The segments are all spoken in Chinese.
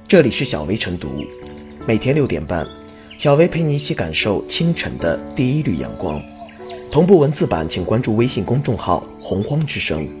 这里是小薇晨读，每天6点半，小薇陪你一起感受清晨的第一缕阳光。同步文字版请关注微信公众号洪荒之声。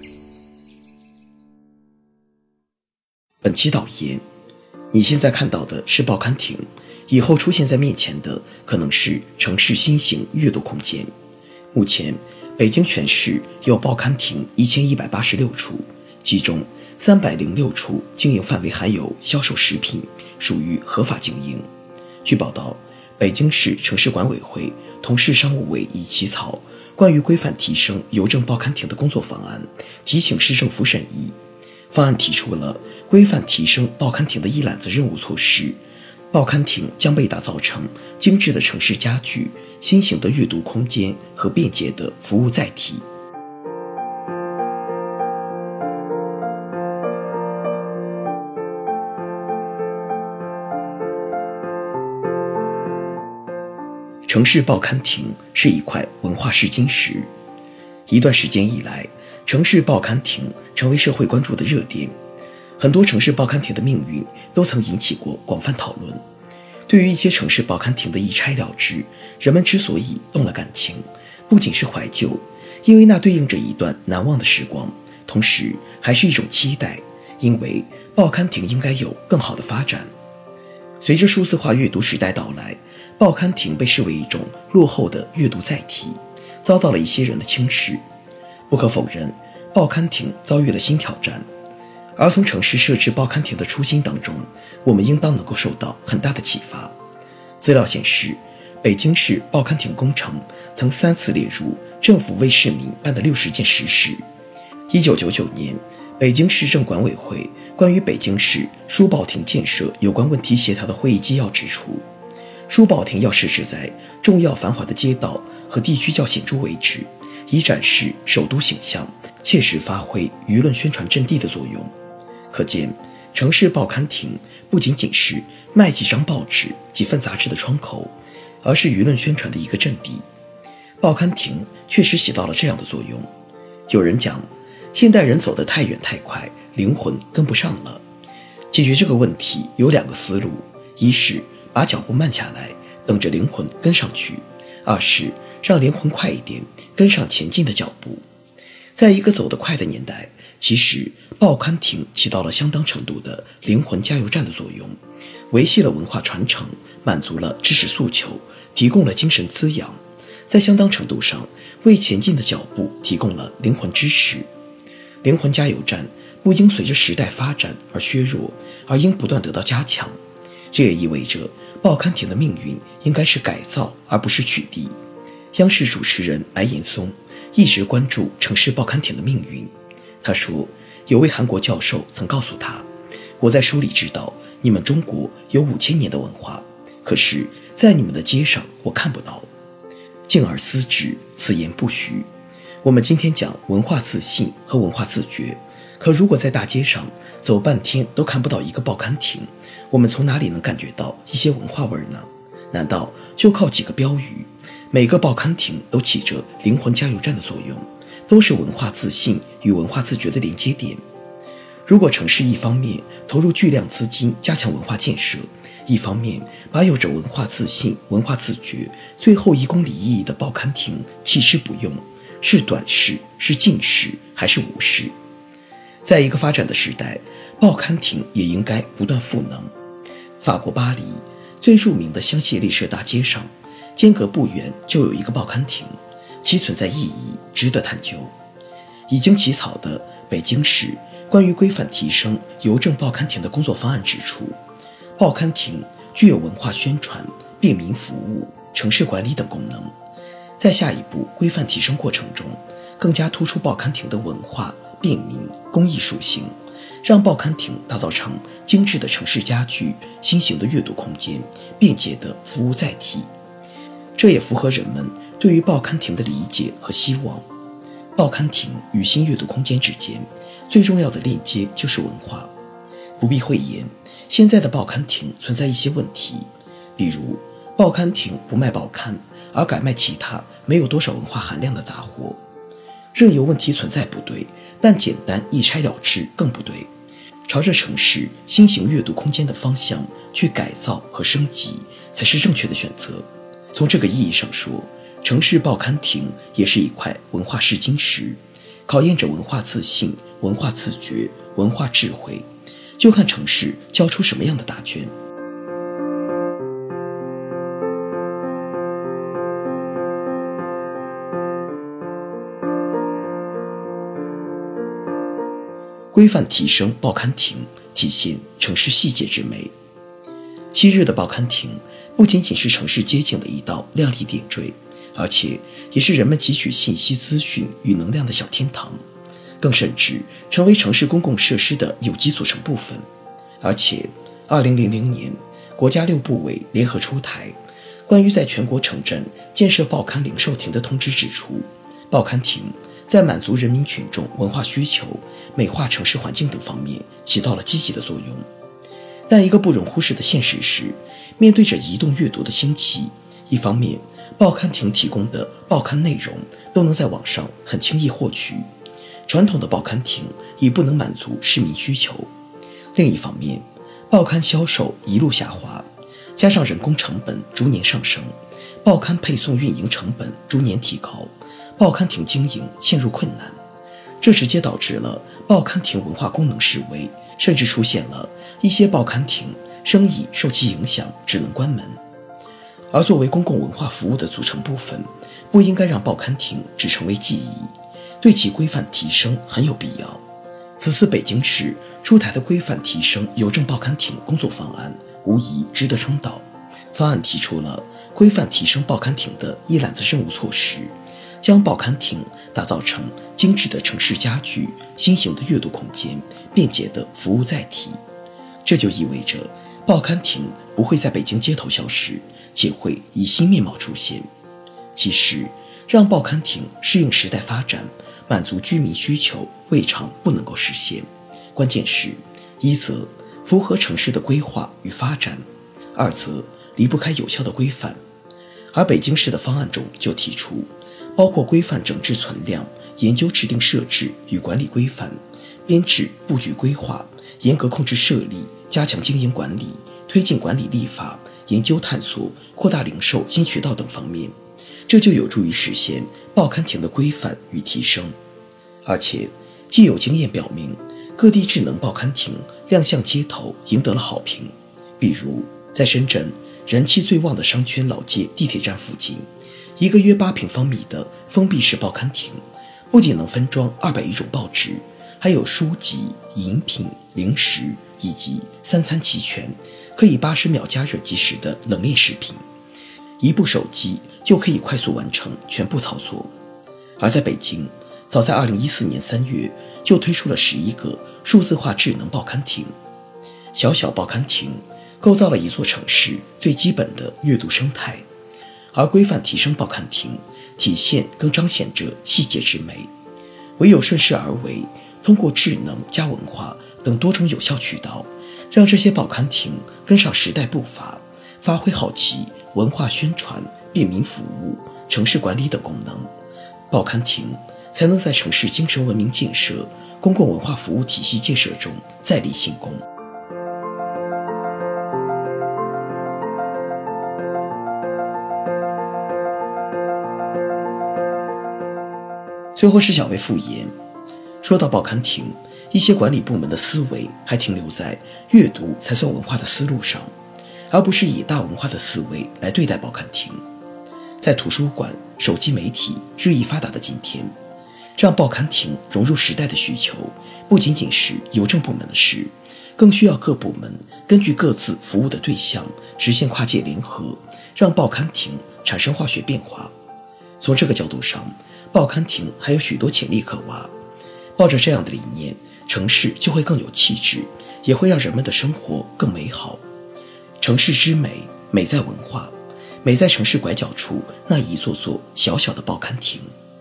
本期导言：你现在看到的是报刊亭，以后出现在面前的可能是城市新型阅读空间。目前北京全市有报刊亭1186处，其中306处经营范围含有销售食品，属于合法经营。据报道，北京市城市管委会同市商务委已起草关于规范提升邮政报刊亭的工作方案，提请市政府审议。方案提出了规范提升报刊亭的一揽子任务措施，报刊亭将被打造成精致的城市家具、新型的阅读空间和便捷的服务载体。城市报刊亭是一块文化试金石。一段时间以来，城市报刊亭成为社会关注的热点，很多城市报刊亭的命运都曾引起过广泛讨论。对于一些城市报刊亭的一拆了之，人们之所以动了感情，不仅是怀旧，因为那对应着一段难忘的时光，同时还是一种期待，因为报刊亭应该有更好的发展。随着数字化阅读时代到来，报刊亭被视为一种落后的阅读载体，遭到了一些人的轻视。不可否认，报刊亭遭遇了新挑战，而从城市设置报刊亭的初心当中，我们应当能够受到很大的启发。资料显示，北京市报刊亭工程曾3次列入政府为市民办的60件实事。1999年，北京市政管委会关于北京市书报亭建设有关问题协调的会议纪要指出，书报亭要设置在重要繁华的街道和地区较显著位置，以展示首都形象，切实发挥舆论宣传阵地的作用。可见，城市报刊亭不仅仅是卖几张报纸、几份杂志的窗口，而是舆论宣传的一个阵地。报刊亭确实起到了这样的作用。有人讲，现代人走得太远太快，灵魂跟不上了。解决这个问题有2个思路：一是把脚步慢下来，等着灵魂跟上去；二是让灵魂快一点，跟上前进的脚步。在一个走得快的年代，其实报刊亭起到了相当程度的灵魂加油站的作用，维系了文化传承，满足了知识诉求，提供了精神滋养，在相当程度上为前进的脚步提供了灵魂支持。灵魂加油站不应随着时代发展而削弱，而应不断得到加强。这也意味着报刊亭的命运应该是改造而不是取缔。央视主持人白岩松一直关注城市报刊亭的命运。他说，有位韩国教授曾告诉他，我在书里知道你们中国有5000年的文化，可是在你们的街上我看不到。静而思之，此言不虚。我们今天讲文化自信和文化自觉，可如果在大街上走半天都看不到一个报刊亭，我们从哪里能感觉到一些文化味呢？难道就靠几个标语？每个报刊亭都起着灵魂加油站的作用，都是文化自信与文化自觉的连接点。如果城市一方面投入巨量资金加强文化建设，一方面把有着文化自信、文化自觉最后1公里意义的报刊亭弃之不用，是短视，是近视，还是无视？在一个发展的时代，报刊亭也应该不断赋能。法国巴黎最著名的香榭丽舍大街上，间隔不远就有一个报刊亭，其存在意义值得探究。已经起草的北京市关于规范提升邮政报刊亭的工作方案指出，报刊亭具有文化宣传、便民服务、城市管理等功能。在下一步规范提升过程中，更加突出报刊亭的文化、便民、公益属性，让报刊亭打造成精致的城市家具、新型的阅读空间、便捷的服务载体。这也符合人们对于报刊亭的理解和希望。报刊亭与新阅读空间之间最重要的链接就是文化。不必讳言，现在的报刊亭存在一些问题，比如报刊亭不卖报刊，而改卖其他没有多少文化含量的杂货。任由问题存在不对，但简单一拆了之更不对。 朝着城市新型阅读空间的方向去改造和升级，才是正确的选择。从这个意义上说，城市报刊亭也是一块文化试金石，考验着文化自信、文化自觉、文化智慧，就看城市交出什么样的答卷。规范提升报刊亭，体现城市细节之美。昔日的报刊亭不仅仅是城市街景的一道亮丽点缀，而且也是人们汲取信息资讯与能量的小天堂，更甚至成为城市公共设施的有机组成部分。而且2000年国家6部委联合出台关于在全国城镇建设报刊零售亭的通知，指出报刊亭在满足人民群众文化需求、美化城市环境等方面起到了积极的作用。但一个不容忽视的现实是，面对着移动阅读的兴起，一方面报刊亭提供的报刊内容都能在网上很轻易获取，传统的报刊亭已不能满足市民需求；另一方面，报刊销售一路下滑，加上人工成本逐年上升，报刊配送运营成本逐年提高，报刊亭经营陷入困难，这直接导致了报刊亭文化功能式微，甚至出现了一些报刊亭生意受其影响只能关门。而作为公共文化服务的组成部分，不应该让报刊亭只成为记忆，对其规范提升很有必要。此次北京市出台的规范提升邮政报刊亭工作方案无疑值得称道。方案提出了规范提升报刊亭的一揽子任务措施，将报刊亭打造成精致的城市家具、新型的阅读空间、便捷的服务载体。这就意味着报刊亭不会在北京街头消失，且会以新面貌出现。其实，让报刊亭适应时代发展，满足居民需求未尝不能够实现。关键是，一则符合城市的规划与发展，二则离不开有效的规范。而北京市的方案中就提出，包括规范整治存量、研究制定设置与管理规范、编制布局规划、严格控制设立、加强经营管理、推进管理立法、研究探索、扩大零售新渠道等方面，这就有助于实现报刊亭的规范与提升。而且既有经验表明，各地智能报刊亭亮相街头赢得了好评。比如在深圳人气最旺的商圈老街地铁站附近，一个约8平方米的封闭式报刊亭，不仅能分装201种报纸，还有书籍、饮品、零食以及3餐齐全，可以80秒加热即食的冷链食品，一部手机就可以快速完成全部操作。而在北京，早在2014年3月就推出了11个数字化智能报刊亭。小小报刊亭构造了一座城市最基本的阅读生态，而规范提升报刊亭，体现更彰显着细节之美。唯有顺势而为，通过智能加文化等多种有效渠道，让这些报刊亭跟上时代步伐，发挥好其文化宣传、便民服务、城市管理等功能，报刊亭才能在城市精神文明建设、公共文化服务体系建设中再立新功。最后是小薇复言，说到报刊亭，一些管理部门的思维还停留在阅读才算文化的思路上，而不是以大文化的思维来对待报刊亭。在图书馆、手机媒体日益发达的今天，让报刊亭融入时代的需求，不仅仅是邮政部门的事，更需要各部门根据各自服务的对象，实现跨界联合，让报刊亭产生化学变化。从这个角度上，报刊亭还有许多潜力可挖。抱着这样的理念，城市就会更有气质，也会让人们的生活更美好。城市之美，美在文化，美在城市拐角处那一座座小小的报刊亭。